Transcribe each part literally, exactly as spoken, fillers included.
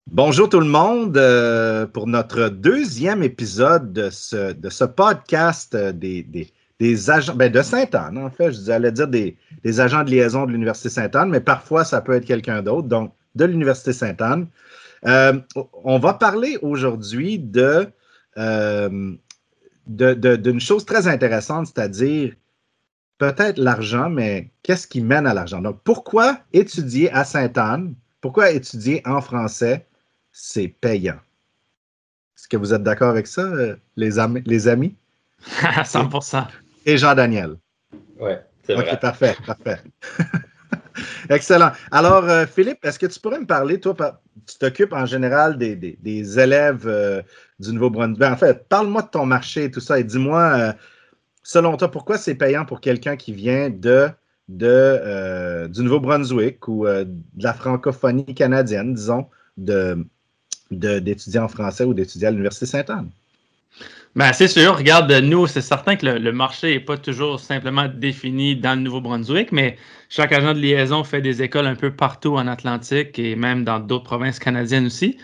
Bonjour tout le monde euh, pour notre deuxième épisode de ce, de ce podcast euh, des, des, des agents ben de Sainte-Anne, en fait, je allais dire des, des agents de liaison de l'Université Sainte-Anne, mais parfois ça peut être quelqu'un d'autre, donc de l'Université Sainte-Anne. Euh, on va parler aujourd'hui de, euh, de, de, d'une chose très intéressante, c'est-à-dire peut-être l'argent, mais qu'est-ce qui mène à l'argent? Donc, pourquoi étudier à Sainte-Anne? Pourquoi étudier en français? C'est payant. Est-ce que vous êtes d'accord avec ça, euh, les, am- les amis? cent pour cent. Et Jean-Daniel? Oui, c'est OK, vrai. parfait, parfait. Excellent. Alors, euh, Philippe, est-ce que tu pourrais me parler, toi, par- tu t'occupes en général des, des, des élèves euh, du Nouveau-Brunswick. Ben, en fait, parle-moi de ton marché et tout ça et dis-moi, euh, selon toi, pourquoi c'est payant pour quelqu'un qui vient de, de, euh, du Nouveau-Brunswick ou euh, de la francophonie canadienne, disons, de, de, d'étudier en français ou d'étudier à l'Université Sainte-Anne? Ben, c'est sûr, regarde, nous, c'est certain que le, le marché n'est pas toujours simplement défini dans le Nouveau-Brunswick, mais chaque agent de liaison fait des écoles un peu partout en Atlantique et même dans d'autres provinces canadiennes aussi.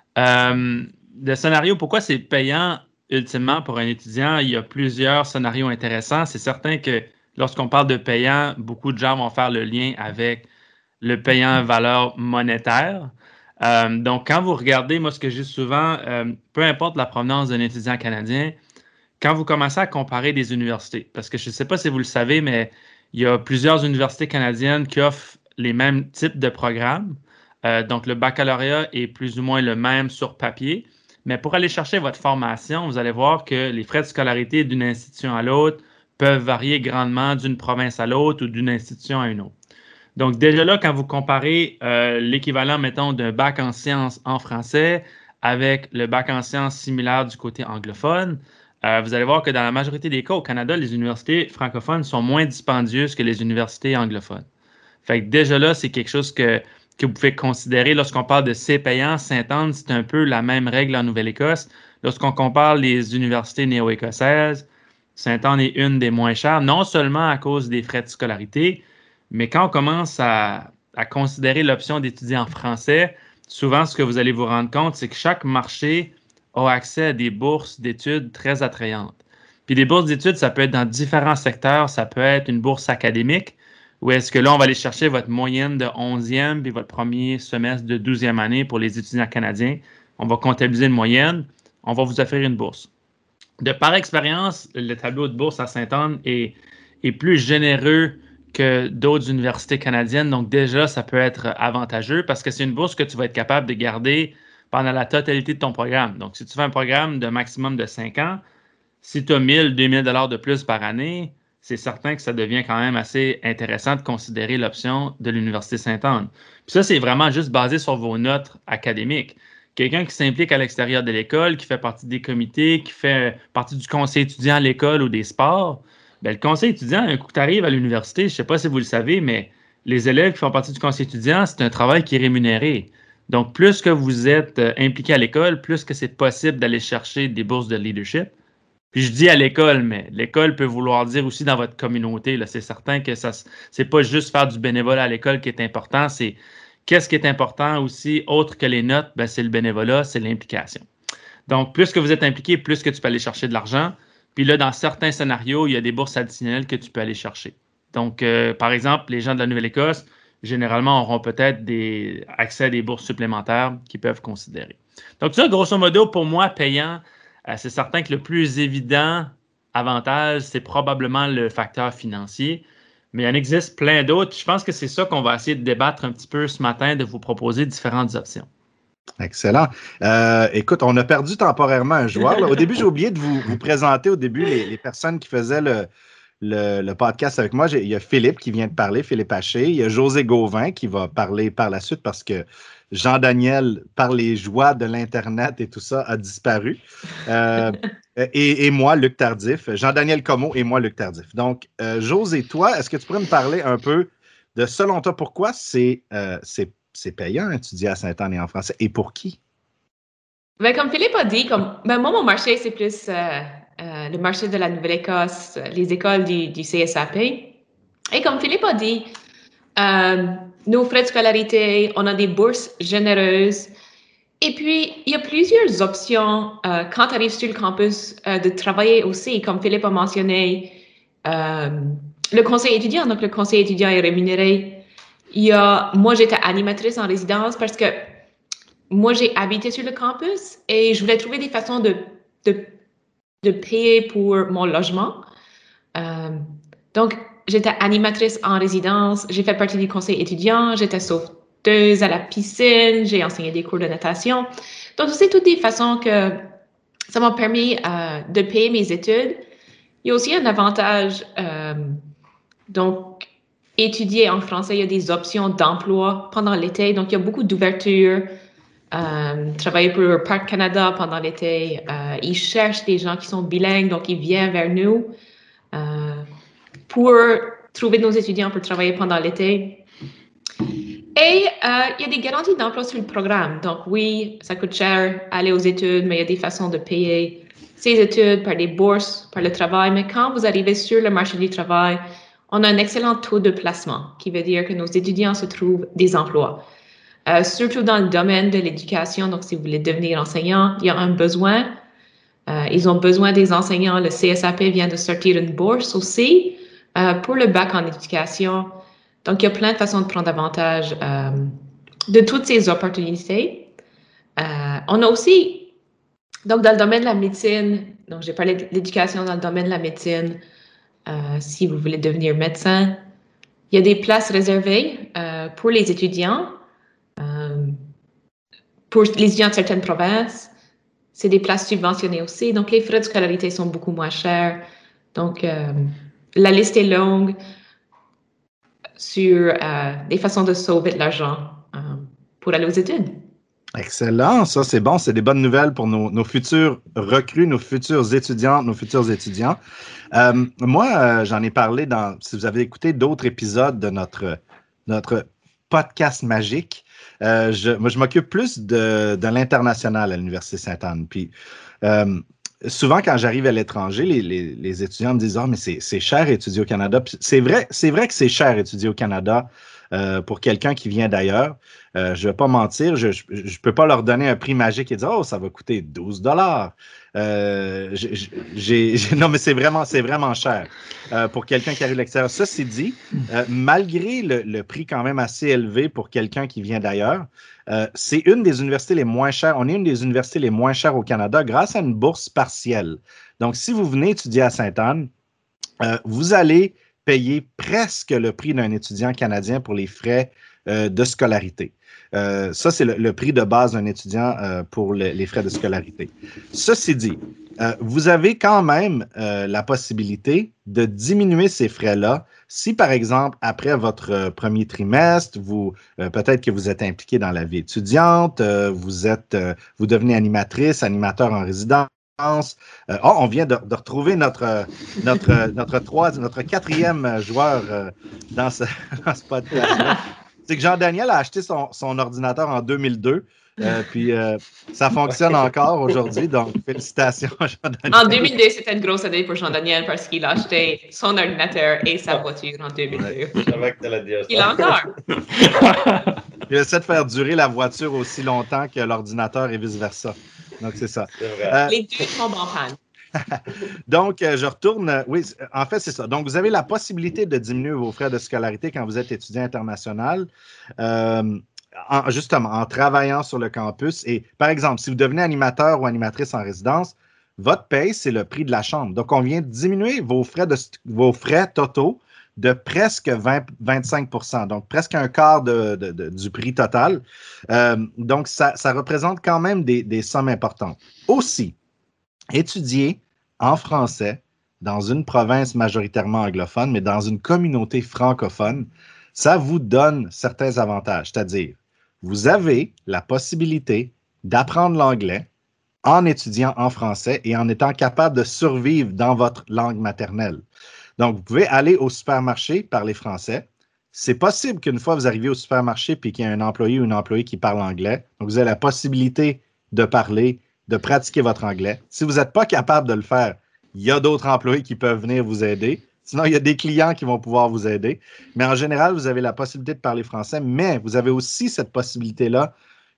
Euh, le scénario, pourquoi c'est payant ultimement pour un étudiant? Il y a plusieurs scénarios intéressants. C'est certain que lorsqu'on parle de payant, beaucoup de gens vont faire le lien avec le payant valeur monétaire. Euh, donc, quand vous regardez, moi, ce que je dis souvent, euh, peu importe la provenance d'un étudiant canadien, quand vous commencez à comparer des universités, parce que je ne sais pas si vous le savez, mais il y a plusieurs universités canadiennes qui offrent les mêmes types de programmes. Euh, donc, le baccalauréat est plus ou moins le même sur papier. Mais pour aller chercher votre formation, vous allez voir que les frais de scolarité d'une institution à l'autre peuvent varier grandement d'une province à l'autre ou d'une institution à une autre. Donc, déjà là, quand vous comparez euh, l'équivalent, mettons, d'un bac en sciences en français avec le bac en sciences similaire du côté anglophone, euh, vous allez voir que dans la majorité des cas au Canada, les universités francophones sont moins dispendieuses que les universités anglophones. Fait que déjà là, c'est quelque chose que, que vous pouvez considérer lorsqu'on parle de C payant. Sainte-Anne, c'est un peu la même règle en Nouvelle-Écosse. Lorsqu'on compare les universités néo-écossaises, Sainte-Anne est une des moins chères, non seulement à cause des frais de scolarité, mais quand on commence à, à considérer l'option d'étudier en français, souvent ce que vous allez vous rendre compte, c'est que chaque marché a accès à des bourses d'études très attrayantes. Puis des bourses d'études, ça peut être dans différents secteurs. Ça peut être une bourse académique, où est-ce que là, on va aller chercher votre moyenne de onzième puis votre premier semestre de douzième année pour les étudiants canadiens. On va comptabiliser une moyenne. On va vous offrir une bourse. De par expérience, le tableau de bourse à Sainte-Anne est, est plus généreux que d'autres universités canadiennes. Donc déjà, ça peut être avantageux parce que c'est une bourse que tu vas être capable de garder pendant la totalité de ton programme. Donc, si tu fais un programme de maximum de cinq ans, si tu as mille, deux mille dollars de plus par année, c'est certain que ça devient quand même assez intéressant de considérer l'option de l'Université Sainte-Anne. Puis ça, c'est vraiment juste basé sur vos notes académiques. Quelqu'un qui s'implique à l'extérieur de l'école, qui fait partie des comités, qui fait partie du conseil étudiant à l'école ou des sports, bien, le conseil étudiant, un coup que tu arrives à l'université, je ne sais pas si vous le savez, mais les élèves qui font partie du conseil étudiant, c'est un travail qui est rémunéré. Donc, plus que vous êtes euh, impliqué à l'école, plus que c'est possible d'aller chercher des bourses de leadership. Puis je dis à l'école, mais l'école peut vouloir dire aussi dans votre communauté. Là, c'est certain que ça, c'est pas juste faire du bénévolat à l'école qui est important, c'est qu'est-ce qui est important aussi, autre que les notes, ben, c'est le bénévolat, c'est l'implication. Donc, plus que vous êtes impliqué, plus que tu peux aller chercher de l'argent. Puis là, dans certains scénarios, il y a des bourses additionnelles que tu peux aller chercher. Donc, euh, par exemple, les gens de la Nouvelle-Écosse, généralement, auront peut-être des accès à des bourses supplémentaires qu'ils peuvent considérer. Donc, ça, grosso modo, pour moi, payant, euh, c'est certain que le plus évident avantage, c'est probablement le facteur financier. Mais il en existe plein d'autres. Je pense que c'est ça qu'on va essayer de débattre un petit peu ce matin, de vous proposer différentes options. Excellent. Euh, écoute, on a perdu temporairement un joueur. Là. Au début, j'ai oublié de vous, vous présenter au début les, les personnes qui faisaient le, le, le podcast avec moi. J'ai, il y a Philippe qui vient de parler, Philippe Haché. Il y a José Gauvin qui va parler par la suite parce que Jean-Daniel, par les joies de l'Internet et tout ça, a disparu. Euh, et, et moi, Luc Tardif. Jean-Daniel Comeau et moi, Luc Tardif. Donc, euh, José, toi, est-ce que tu pourrais me parler un peu de, selon toi, pourquoi c'est, euh, c'est c'est payant étudier à Sainte-Anne et en français. Et pour qui? Ben, comme Philippe a dit, comme, ben, moi, mon marché, c'est plus euh, euh, le marché de la Nouvelle-Écosse, les écoles du, du C S A P. Et comme Philippe a dit, euh, nos frais de scolarité, on a des bourses généreuses. Et puis, il y a plusieurs options euh, quand tu arrives sur le campus euh, de travailler aussi, comme Philippe a mentionné, euh, le conseil étudiant. Donc, le conseil étudiant est rémunéré. Il y a, moi, j'étais animatrice en résidence parce que moi, j'ai habité sur le campus et je voulais trouver des façons de, de, de payer pour mon logement. Euh, donc, j'étais animatrice en résidence, j'ai fait partie du conseil étudiant, j'étais sauveteuse à la piscine, j'ai enseigné des cours de natation. Donc, c'est toutes des façons que ça m'a permis euh, de payer mes études. Il y a aussi un avantage, euh, donc, étudier en français, il y a des options d'emploi pendant l'été, donc il y a beaucoup d'ouverture. Euh, travailler pour Parc Canada pendant l'été, euh, ils cherchent des gens qui sont bilingues, donc ils viennent vers nous. Euh, pour trouver nos étudiants pour travailler pendant l'été. Et euh, il y a des garanties d'emploi sur le programme. Donc oui, ça coûte cher aller aux études, mais il y a des façons de payer ces études par des bourses, par le travail. Mais quand vous arrivez sur le marché du travail, on a un excellent taux de placement, qui veut dire que nos étudiants se trouvent des emplois. Euh, surtout dans le domaine de l'éducation, donc si vous voulez devenir enseignant, il y a un besoin. Euh, ils ont besoin des enseignants. Le C S A P vient de sortir une bourse aussi euh, pour le bac en éducation. Donc, il y a plein de façons de prendre avantage euh, de toutes ces opportunités. Euh, on a aussi, donc dans le domaine de la médecine, donc j'ai parlé de l'éducation dans le domaine de la médecine. Euh, si vous voulez devenir médecin, il y a des places réservées euh, pour les étudiants, euh, pour les étudiants de certaines provinces. C'est des places subventionnées aussi, donc les frais de scolarité sont beaucoup moins chers. Donc, euh, la liste est longue sur euh, des façons de sauver de l'argent euh, pour aller aux études. Excellent, ça c'est bon, c'est des bonnes nouvelles pour nos, nos futurs recrues, nos futurs étudiants, nos futurs étudiants. Euh, moi, euh, j'en ai parlé dans, si vous avez écouté d'autres épisodes de notre, notre podcast magique, euh, je, moi je m'occupe plus de, de l'international à l'Université Sainte-Anne. Puis euh, souvent quand j'arrive à l'étranger, les, les, les étudiants me disent « Ah, oh, mais c'est, c'est cher étudier au Canada. » Puis c'est vrai, c'est vrai que c'est cher étudier au Canada. Euh, pour quelqu'un qui vient d'ailleurs, euh, je ne vais pas mentir, je ne peux pas leur donner un prix magique et dire « Oh, ça va coûter douze dollars. Euh, » j'ai, j'ai, non, mais c'est vraiment, c'est vraiment cher euh, pour quelqu'un qui arrive de l'extérieur. Ceci dit, euh, malgré le, le prix quand même assez élevé pour quelqu'un qui vient d'ailleurs, euh, c'est une des universités les moins chères. On est une des universités les moins chères au Canada grâce à une bourse partielle. Donc, si vous venez étudier à Sainte-Anne, euh, vous allez payer presque le prix d'un étudiant canadien pour les frais euh, de scolarité. Euh, ça, c'est le, le prix de base d'un étudiant euh, pour le, les frais de scolarité. Ceci dit, euh, vous avez quand même euh, la possibilité de diminuer ces frais-là si, par exemple, après votre euh, premier trimestre, vous euh, peut-être que vous êtes impliqué dans la vie étudiante, euh, vous êtes, euh, vous devenez animatrice, animateur en résidence. Euh, oh, on vient de, de retrouver notre, notre, notre, trois, notre quatrième joueur euh, dans ce, dans ce podcast-là. C'est que Jean-Daniel a acheté son, son ordinateur en deux mille deux, euh, puis euh, ça fonctionne encore aujourd'hui, donc félicitations Jean-Daniel. En deux mille deux, c'était une grosse année pour Jean-Daniel parce qu'il a acheté son ordinateur et sa voiture en deux mille deux. Ouais, je savais que tu allais dire ça. Il l'a encore. Il essaie de faire durer la voiture aussi longtemps que l'ordinateur et vice-versa. Donc, c'est ça. C'est vrai. Euh, Les deux tombent en panne. Donc, euh, je retourne. euh, Oui, en fait, c'est ça. Donc, vous avez la possibilité de diminuer vos frais de scolarité quand vous êtes étudiant international, euh, en, justement en travaillant sur le campus. Et par exemple, si vous devenez animateur ou animatrice en résidence, votre paye, c'est le prix de la chambre. Donc, on vient diminuer vos frais, de, vos frais totaux de presque vingt à vingt-cinq pour cent, donc presque un quart de, de, de, du prix total. Euh, donc, ça, ça représente quand même des, des sommes importantes. Aussi, étudier en français dans une province majoritairement anglophone, mais dans une communauté francophone, ça vous donne certains avantages. C'est-à-dire, vous avez la possibilité d'apprendre l'anglais en étudiant en français et en étant capable de survivre dans votre langue maternelle. Donc, vous pouvez aller au supermarché parler français. C'est possible qu'une fois vous arrivez au supermarché et qu'il y ait un employé ou une employée qui parle anglais, donc vous avez la possibilité de parler, de pratiquer votre anglais. Si vous n'êtes pas capable de le faire, il y a d'autres employés qui peuvent venir vous aider. Sinon, il y a des clients qui vont pouvoir vous aider. Mais en général, vous avez la possibilité de parler français, mais vous avez aussi cette possibilité-là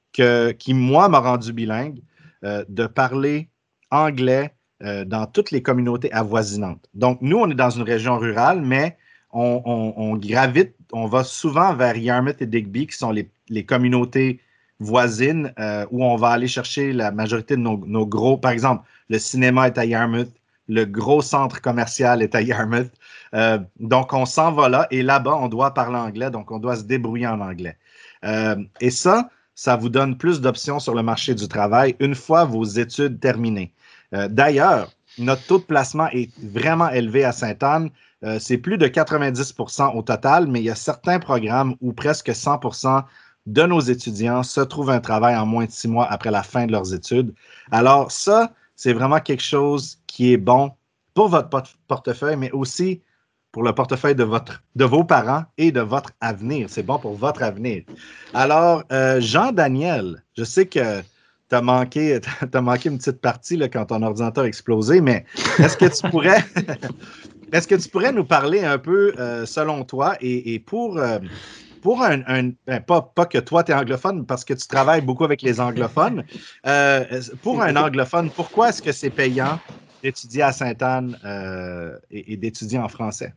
que, qui, moi, m'a rendu bilingue, euh, de parler anglais euh, dans toutes les communautés avoisinantes. Donc, nous, on est dans une région rurale, mais on, on, on gravite, on va souvent vers Yarmouth et Digby, qui sont les, les communautés voisines euh, où on va aller chercher la majorité de nos, nos gros, par exemple, le cinéma est à Yarmouth, le gros centre commercial est à Yarmouth. Euh, donc, on s'en va là et là-bas, on doit parler anglais, donc on doit se débrouiller en anglais. Euh, et ça, ça vous donne plus d'options sur le marché du travail une fois vos études terminées. Euh, d'ailleurs, notre taux de placement est vraiment élevé à Sainte-Anne. Euh, c'est plus de quatre-vingt-dix pour cent au total, mais il y a certains programmes où presque cent pour cent de nos étudiants se trouvent un travail en moins de six mois après la fin de leurs études. Alors ça, c'est vraiment quelque chose qui est bon pour votre portefeuille, mais aussi pour le portefeuille de, votre, de vos parents et de votre avenir. C'est bon pour votre avenir. Alors, euh, Jean-Daniel, je sais que tu as manqué, t'as manqué une petite partie là, quand ton ordinateur a explosé, mais est-ce que tu pourrais, est-ce que tu pourrais nous parler un peu, euh, selon toi, et, et pour... Euh, Pour un, un ben pas, pas que toi, tu es anglophone, parce que tu travailles beaucoup avec les anglophones. Euh, pour un anglophone, pourquoi est-ce que c'est payant d'étudier à Sainte-Anne euh, et, et d'étudier en français?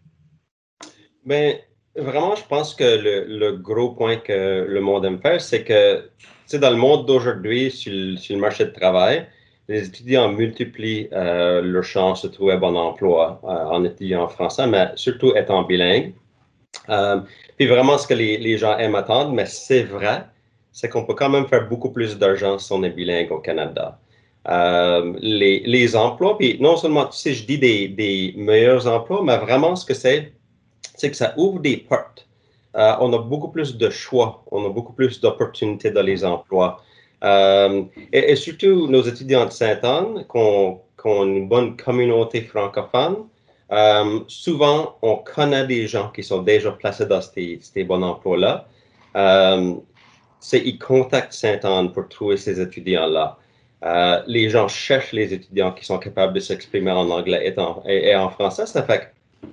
Bien, vraiment, je pense que le, le gros point que le monde aime faire, c'est que, tu sais, dans le monde d'aujourd'hui, sur, sur le marché de travail, les étudiants multiplient euh, leur chance de trouver un bon emploi euh, en étudiant en français, mais surtout étant bilingue. Euh, puis vraiment, ce que les, les gens aiment attendre, mais c'est vrai, c'est qu'on peut quand même faire beaucoup plus d'argent si on est bilingue au Canada. Euh, les, les emplois, puis non seulement, tu sais, je dis des, des meilleurs emplois, mais vraiment ce que c'est, c'est que ça ouvre des portes. Euh, on a beaucoup plus de choix, on a beaucoup plus d'opportunités dans les emplois. Euh, et, et surtout, nos étudiants de Sainte-Anne, qui ont, qui ont une bonne communauté francophone, Euh, souvent, on connaît des gens qui sont déjà placés dans ces, ces bons emplois-là. Euh, c'est, ils contactent Sainte-Anne pour trouver ces étudiants-là. Euh, les gens cherchent les étudiants qui sont capables de s'exprimer en anglais et en, et, et en français. Ça fait que,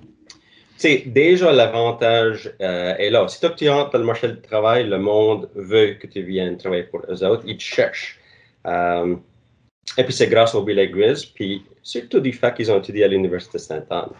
c'est déjà l'avantage euh, est là. Si tu rentres dans le marché du travail, le monde veut que tu viennes travailler pour eux autres. Ils te cherchent. Euh, Et puis, c'est grâce au bilinguisme, puis surtout du fait qu'ils ont étudié à l'Université Sainte-Anne.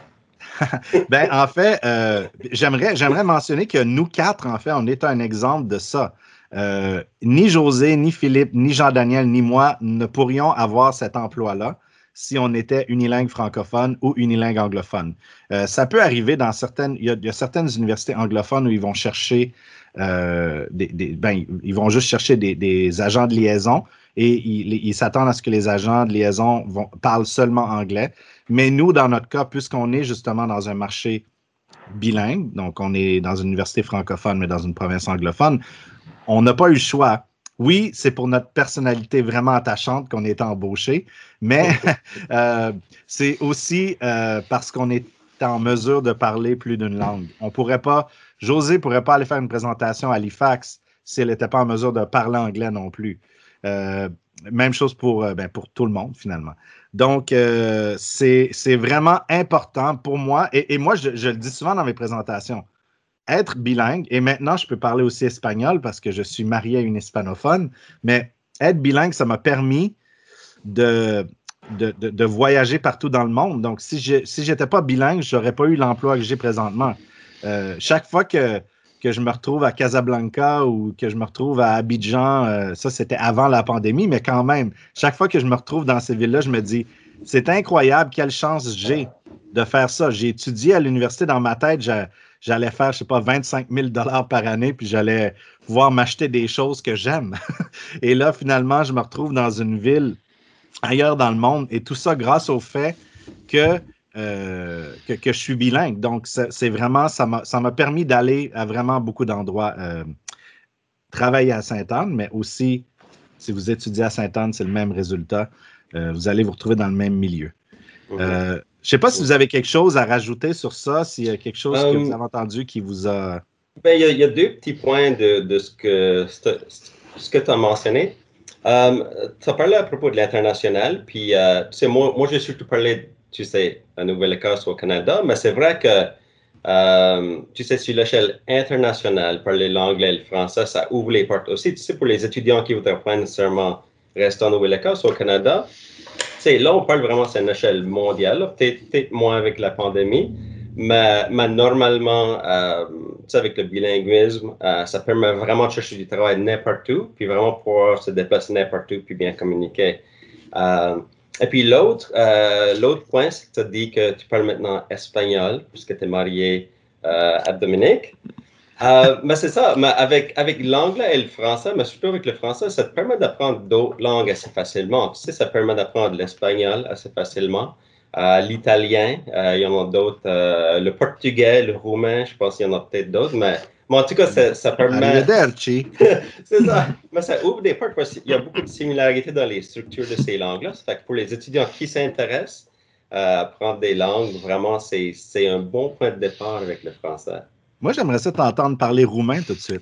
Ben, en fait, euh, j'aimerais, j'aimerais mentionner que nous quatre, en fait, on est un exemple de ça. Euh, ni José, ni Philippe, ni Jean-Daniel, ni moi ne pourrions avoir cet emploi-là si on était unilingue francophone ou unilingue anglophone. Euh, ça peut arriver dans certaines... Il y, a, il y a certaines universités anglophones où ils vont chercher... Euh, des, des, ben, ils vont juste chercher des, des agents de liaison et ils, ils s'attendent à ce que les agents de liaison vont, parlent seulement anglais. Mais nous, dans notre cas, puisqu'on est justement dans un marché bilingue, donc on est dans une université francophone, mais dans une province anglophone, on n'a pas eu le choix. Oui, c'est pour notre personnalité vraiment attachante qu'on est embauché, mais euh, c'est aussi euh, parce qu'on est en mesure de parler plus d'une langue. On pourrait pas, José ne pourrait pas aller faire une présentation à Halifax si elle n'était pas en mesure de parler anglais non plus. Euh, même chose pour, euh, ben, pour tout le monde, finalement. Donc, euh, c'est, c'est vraiment important pour moi, et, et moi, je, je le dis souvent dans mes présentations, être bilingue, et maintenant, je peux parler aussi espagnol parce que je suis marié à une hispanophone, mais être bilingue, ça m'a permis de, de, de, de voyager partout dans le monde. Donc, si je si j'étais pas bilingue, je n'aurais pas eu l'emploi que j'ai présentement. Euh, chaque fois que, que je me retrouve à Casablanca ou que je me retrouve à Abidjan, euh, ça, c'était avant la pandémie, mais quand même, chaque fois que je me retrouve dans ces villes-là, je me dis, c'est incroyable, quelle chance j'ai de faire ça. J'ai étudié à l'université dans ma tête, j'ai j'allais faire, je sais pas, vingt-cinq mille dollars par année, puis j'allais pouvoir m'acheter des choses que j'aime. Et là, finalement, je me retrouve dans une ville ailleurs dans le monde, et tout ça grâce au fait que, euh, que, que je suis bilingue. Donc, c'est, c'est vraiment, ça m'a, ça m'a permis d'aller à vraiment beaucoup d'endroits, euh, travailler à Sainte-Anne, mais aussi, si vous étudiez à Sainte-Anne, c'est le même résultat. Euh, vous allez vous retrouver dans le même milieu. Mm-hmm. Euh, je ne sais pas si vous avez quelque chose à rajouter sur ça, s'il y a quelque chose um, que vous avez entendu qui vous a... Ben, il, y a, il y a deux petits points de, de ce que, ce que tu as mentionné. Um, tu as parlé à propos de l'international, puis uh, tu sais, moi, moi j'ai surtout parlé, tu sais, à Nouvelle-Écosse ou au Canada, mais c'est vrai que Euh, tu sais, sur l'échelle internationale, parler l'anglais et le français, ça ouvre les portes aussi. Tu sais, pour les étudiants qui voudraient pas nécessairement rester en Nouvelle-Écosse, au Canada, tu sais, là, on parle vraiment, c'est une échelle mondiale, peut-être, peut-être moins avec la pandémie, mais, mais normalement, euh, tu sais, avec le bilinguisme, euh, ça permet vraiment de chercher du travail n'importe où, puis vraiment pouvoir se déplacer n'importe où, puis bien communiquer. Euh, et puis l'autre, euh, l'autre point, c'est que tu as dit que tu parles maintenant espagnol, puisque tu es marié euh, à Dominique. Euh, mais c'est ça, mais avec, avec l'anglais et le français, mais surtout avec le français, ça te permet d'apprendre d'autres langues assez facilement. Tu sais, ça permet d'apprendre l'espagnol assez facilement, euh, l'italien, euh, il y en a d'autres, euh, le portugais, le roumain, je pense qu'il y en a peut-être d'autres, mais, mais en tout cas, ça, ça permet... Arrivederci. C'est ça, mais ça ouvre des portes parce qu'il y a beaucoup de similarités dans les structures de ces langues-là. Ça fait que pour les étudiants qui s'intéressent euh, à apprendre des langues, vraiment, c'est, c'est un bon point de départ avec le français. Moi, j'aimerais ça t'entendre parler roumain tout de suite.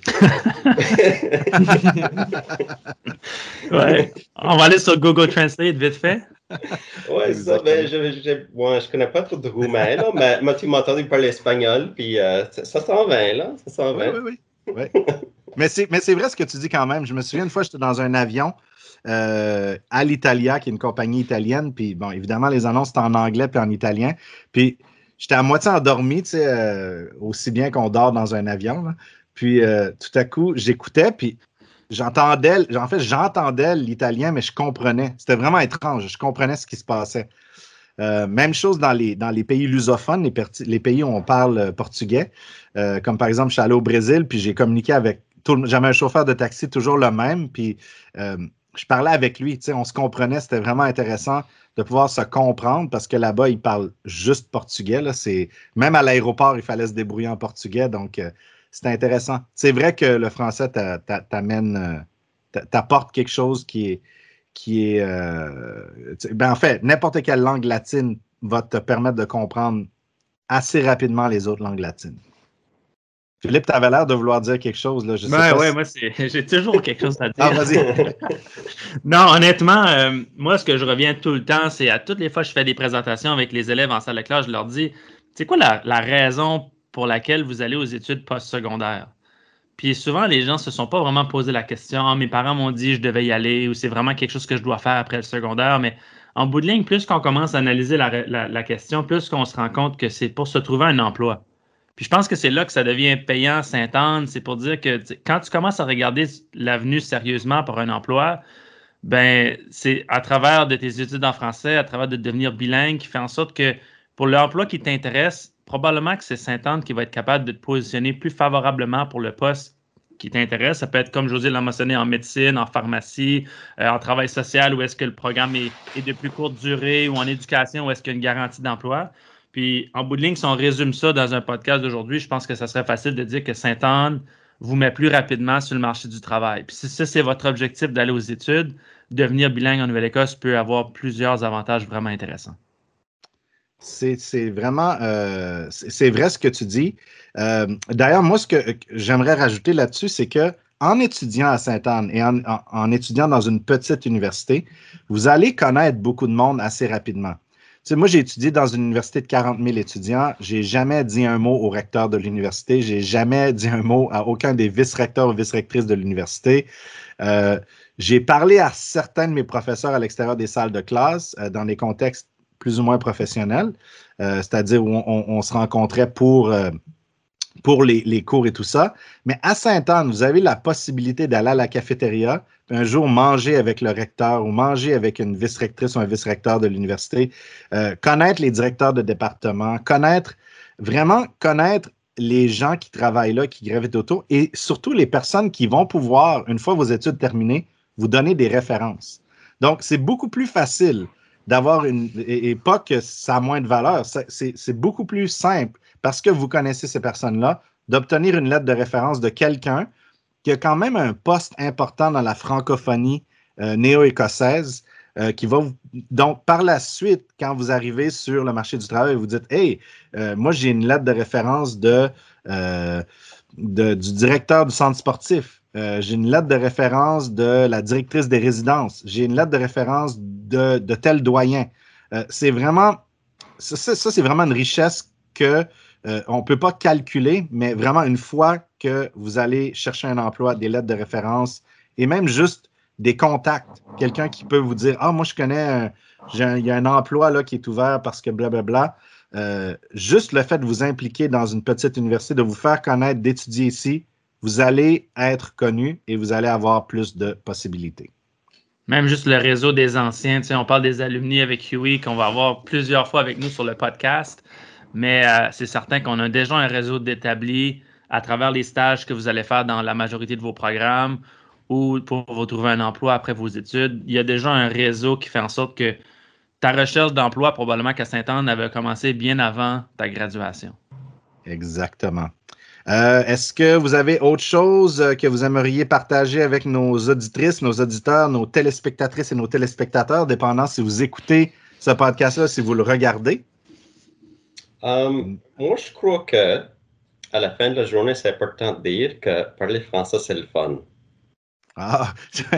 Ouais. On va aller sur Google Translate vite fait. Oui, ça, ben, je, je, ouais, je connais pas trop de roumain, là, mais, mais tu m'as entendu parler espagnol, puis euh, ça, ça s'en va, là, ça s'en va. Oui, oui, oui. oui. mais, c'est, mais c'est vrai ce que tu dis quand même. Je me souviens une fois, j'étais dans un avion euh, à l'Italia, qui est une compagnie italienne, puis bon, évidemment, les annonces étaient en anglais puis en italien, puis j'étais à moitié endormi, tu sais, euh, aussi bien qu'on dort dans un avion, là. Puis euh, tout à coup, j'écoutais, puis j'entendais, en fait, j'entendais l'italien, mais je comprenais. C'était vraiment étrange. Je comprenais ce qui se passait. Euh, même chose dans les, dans les pays lusophones, les, per- les pays où on parle portugais. Euh, comme par exemple, je suis allé au Brésil, puis j'ai communiqué avec tout, j'avais un chauffeur de taxi, toujours le même, puis euh, je parlais avec lui. Tu sais, on se comprenait. C'était vraiment intéressant de pouvoir se comprendre parce que là-bas, ils parlent juste portugais. Là. C'est, même à l'aéroport, il fallait se débrouiller en portugais. Donc, euh, c'était intéressant. C'est vrai que le français t'a- t'a- t'amène, euh, t'apporte quelque chose qui est, qui est euh, ben en fait, n'importe quelle langue latine va te permettre de comprendre assez rapidement les autres langues latines. Philippe, tu avais l'air de vouloir dire quelque chose. Là. Je sais Ouais, pas ouais, si... moi, c'est... j'ai toujours quelque chose à dire. Ah, vas-y. Non, honnêtement, euh, moi, ce que je reviens tout le temps, c'est à toutes les fois que je fais des présentations avec les élèves en salle de classe, je leur dis, c'est quoi la, la raison pour laquelle vous allez aux études postsecondaires? Puis souvent, les gens ne se sont pas vraiment posé la question, ah, mes parents m'ont dit que je devais y aller ou c'est vraiment quelque chose que je dois faire après le secondaire. Mais en bout de ligne, plus qu'on commence à analyser la, la, la question, plus qu'on se rend compte que c'est pour se trouver un emploi. Puis je pense que c'est là que ça devient payant, Sainte-Anne. C'est pour dire que quand tu commences à regarder l'avenue sérieusement pour un emploi, ben c'est à travers de tes études en français, à travers de devenir bilingue, qui fait en sorte que pour l'emploi qui t'intéresse, probablement que c'est Sainte-Anne qui va être capable de te positionner plus favorablement pour le poste qui t'intéresse. Ça peut être, comme José l'a mentionné, en médecine, en pharmacie, euh, en travail social, où est-ce que le programme est, est de plus courte durée, ou en éducation, où est-ce qu'il y a une garantie d'emploi. Puis, en bout de ligne, si on résume ça dans un podcast d'aujourd'hui, je pense que ça serait facile de dire que Sainte-Anne vous met plus rapidement sur le marché du travail. Puis si ça, c'est votre objectif d'aller aux études, devenir bilingue en Nouvelle-Écosse peut avoir plusieurs avantages vraiment intéressants. C'est, c'est vraiment, euh, c'est, c'est vrai ce que tu dis. Euh, d'ailleurs, moi, ce que, que j'aimerais rajouter là-dessus, c'est que en étudiant à Sainte-Anne et en, en, en étudiant dans une petite université, vous allez connaître beaucoup de monde assez rapidement. Tu sais, moi, j'ai étudié dans une université de quarante mille étudiants. J'ai jamais dit un mot au recteur de l'université. J'ai jamais dit un mot à aucun des vice-recteurs ou vice-rectrices de l'université. Euh, j'ai parlé à certains de mes professeurs à l'extérieur des salles de classe, euh, dans des contextes plus ou moins professionnels, euh, c'est-à-dire où on, on, on se rencontrait pour, euh, pour les, les cours et tout ça. Mais à Sainte-Anne, vous avez la possibilité d'aller à la cafétéria, un jour manger avec le recteur ou manger avec une vice-rectrice ou un vice-recteur de l'université, euh, connaître les directeurs de département, connaître, vraiment connaître les gens qui travaillent là, qui gravitent autour, et surtout les personnes qui vont pouvoir, une fois vos études terminées, vous donner des références. Donc, c'est beaucoup plus facile d'avoir une... Et, et pas que ça a moins de valeur, c'est, c'est beaucoup plus simple, parce que vous connaissez ces personnes-là, d'obtenir une lettre de référence de quelqu'un qui a quand même un poste important dans la francophonie euh, néo-écossaise, euh, qui va vous... Donc, par la suite, quand vous arrivez sur le marché du travail, vous dites « Hey, euh, moi, j'ai une lettre de référence de, euh, de, du directeur du centre sportif. Euh, j'ai une lettre de référence de la directrice des résidences. J'ai une lettre de référence de, de tel doyen. Euh, » C'est vraiment... Ça, ça, c'est vraiment une richesse que euh, on ne peut pas calculer, mais vraiment une fois que vous allez chercher un emploi, des lettres de référence et même juste des contacts, quelqu'un qui peut vous dire « Ah, moi, je connais, un, j'ai un, il y a un emploi là, qui est ouvert parce que blablabla. » Euh, juste le fait de vous impliquer dans une petite université, de vous faire connaître, d'étudier ici, vous allez être connu et vous allez avoir plus de possibilités. Même juste le réseau des anciens, tu sais, on parle des alumni avec Huey qu'on va avoir plusieurs fois avec nous sur le podcast, mais euh, c'est certain qu'on a déjà un réseau d'établis à travers les stages que vous allez faire dans la majorité de vos programmes ou pour vous trouver un emploi après vos études. Il y a déjà un réseau qui fait en sorte que ta recherche d'emploi, probablement qu'à Sainte-Anne, avait commencé bien avant ta graduation. Exactement. Euh, est-ce que vous avez autre chose que vous aimeriez partager avec nos auditrices, nos auditeurs, nos téléspectatrices et nos téléspectateurs, dépendant si vous écoutez ce podcast-là, si vous le regardez? Um, moi, je crois que à la fin de la journée, c'est important de dire que parler français, c'est le fun. Ah,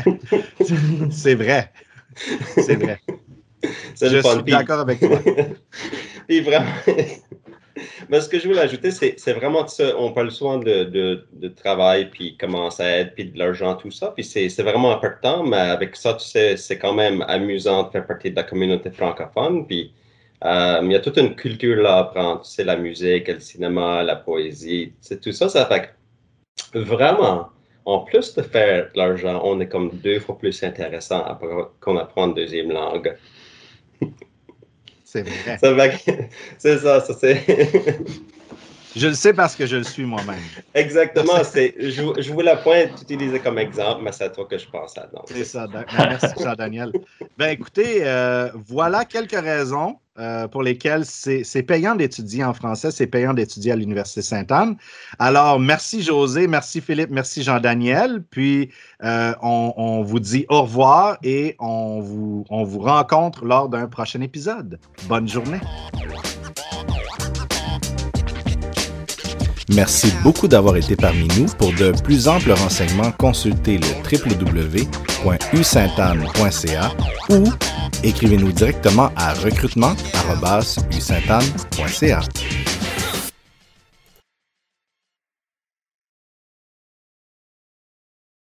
c'est vrai. C'est vrai. C'est je le fun. suis Puis, d'accord avec toi. Puis vraiment, mais ce que je voulais ajouter, c'est, c'est vraiment ça. On parle souvent de, de, de travail, puis comment ça aide, puis de l'argent, tout ça. Puis c'est, c'est vraiment important, mais avec ça, tu sais, c'est quand même amusant de faire partie de la communauté francophone. Puis euh, il y a toute une culture là à apprendre. Tu sais, la musique, le cinéma, la poésie, c'est tout ça. Ça fait que vraiment, en plus de faire de l'argent, on est comme deux fois plus intéressant qu'on apprend une deuxième langue. C'est vrai. Ça va, c'est ça, ça c'est. Je le sais parce que je le suis moi-même. Exactement. C'est, je, je voulais la pointe utiliser comme exemple, mais c'est à toi que je pense à. Donc, c'est, c'est ça. Ben, merci, Jean-Daniel. Ben, écoutez, euh, voilà quelques raisons euh, pour lesquelles c'est, c'est payant d'étudier en français, c'est payant d'étudier à l'Université Sainte-Anne. Alors, merci José, merci Philippe, merci Jean-Daniel. Puis, euh, on, on vous dit au revoir et on vous, on vous rencontre lors d'un prochain épisode. Bonne journée. Merci beaucoup d'avoir été parmi nous. Pour de plus amples renseignements, consultez le w w w point u sainte anne point c a ou écrivez-nous directement à recrutement arobase u sainte anne point c a.